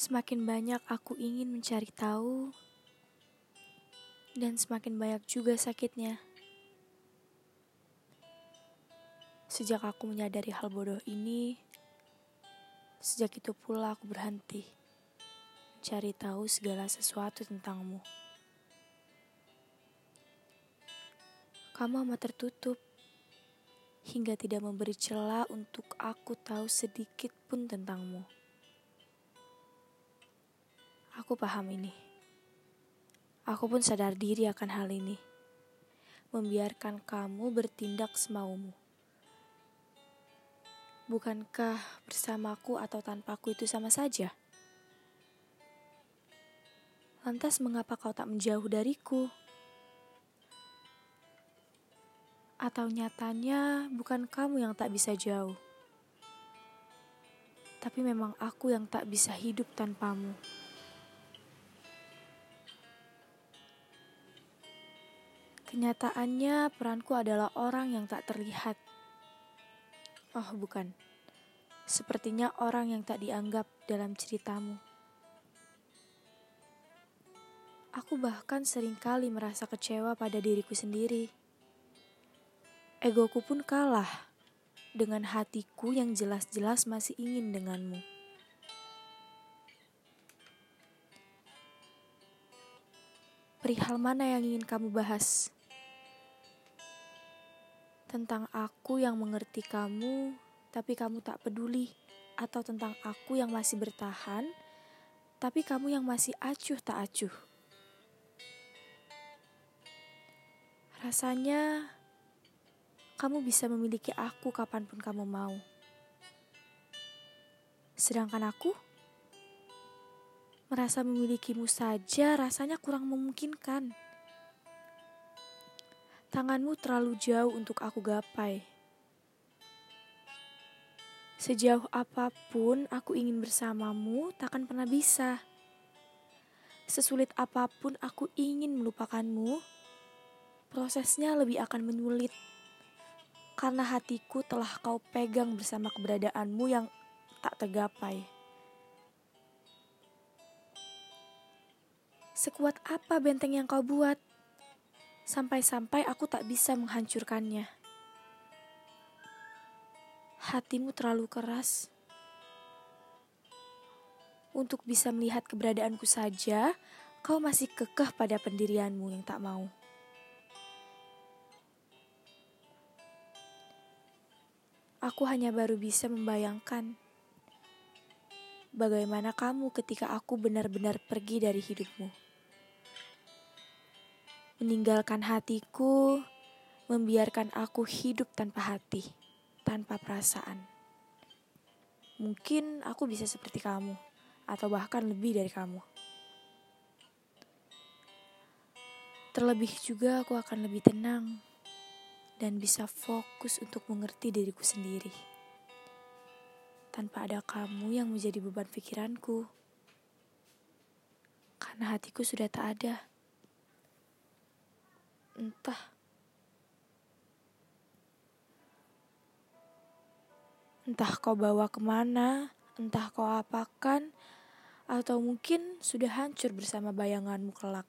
Semakin banyak aku ingin mencari tahu, dan semakin banyak juga sakitnya. Sejak aku menyadari hal bodoh ini, sejak itu pula aku berhenti mencari tahu segala sesuatu tentangmu. Kamu amat tertutup, hingga tidak memberi celah untuk aku tahu sedikit pun tentangmu. Aku paham ini. Aku pun sadar diri akan hal ini. Membiarkan kamu bertindak semaumu. Bukankah bersamaku atau tanpaku itu sama saja? Lantas mengapa kau tak menjauh dariku? Atau nyatanya bukan kamu yang tak bisa jauh, tapi memang aku yang tak bisa hidup tanpamu. Kenyataannya peranku adalah orang yang tak terlihat. Oh bukan, sepertinya orang yang tak dianggap dalam ceritamu. Aku bahkan seringkali merasa kecewa pada diriku sendiri. Egoku pun kalah dengan hatiku yang jelas-jelas masih ingin denganmu. Perihal mana yang ingin kamu bahas? Tentang aku yang mengerti kamu, tapi kamu tak peduli, atau tentang aku yang masih bertahan, tapi kamu yang masih acuh tak acuh? Rasanya kamu bisa memiliki aku kapanpun kamu mau. Sedangkan aku merasa memilikimu saja rasanya kurang memungkinkan. Tanganmu terlalu jauh untuk aku gapai. Sejauh apapun aku ingin bersamamu, takkan pernah bisa. Sesulit apapun aku ingin melupakanmu, prosesnya lebih akan menyulit. Karena hatiku telah kau pegang bersama keberadaanmu yang tak tergapai. Sekuat apa benteng yang kau buat? Sampai-sampai aku tak bisa menghancurkannya. Hatimu terlalu keras. Untuk bisa melihat keberadaanku saja, kau masih kekeh pada pendirianmu yang tak mau. Aku hanya baru bisa membayangkan bagaimana kamu ketika aku benar-benar pergi dari hidupmu. Meninggalkan hatiku, membiarkan aku hidup tanpa hati, tanpa perasaan. Mungkin aku bisa seperti kamu, atau bahkan lebih dari kamu. Terlebih juga aku akan lebih tenang dan bisa fokus untuk mengerti diriku sendiri. Tanpa ada kamu yang menjadi beban pikiranku. Karena hatiku sudah tak ada. Entah kau bawa kemana, entah kau apakan, atau mungkin sudah hancur bersama bayanganmu kelak.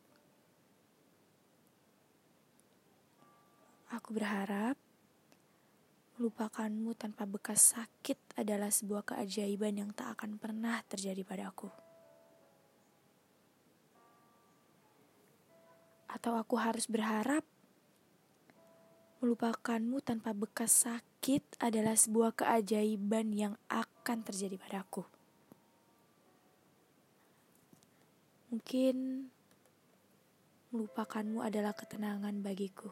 Aku berharap melupakanmu tanpa bekas sakit adalah sebuah keajaiban yang tak akan pernah terjadi padaku. Atau aku harus berharap melupakanmu tanpa bekas sakit adalah sebuah keajaiban yang akan terjadi padaku. Mungkin melupakanmu adalah ketenangan bagiku.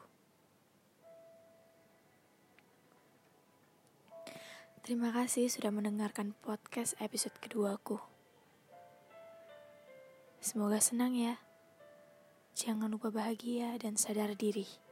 Terima kasih sudah mendengarkan podcast episode keduaku. Semoga senang ya. Jangan lupa bahagia dan sadar diri.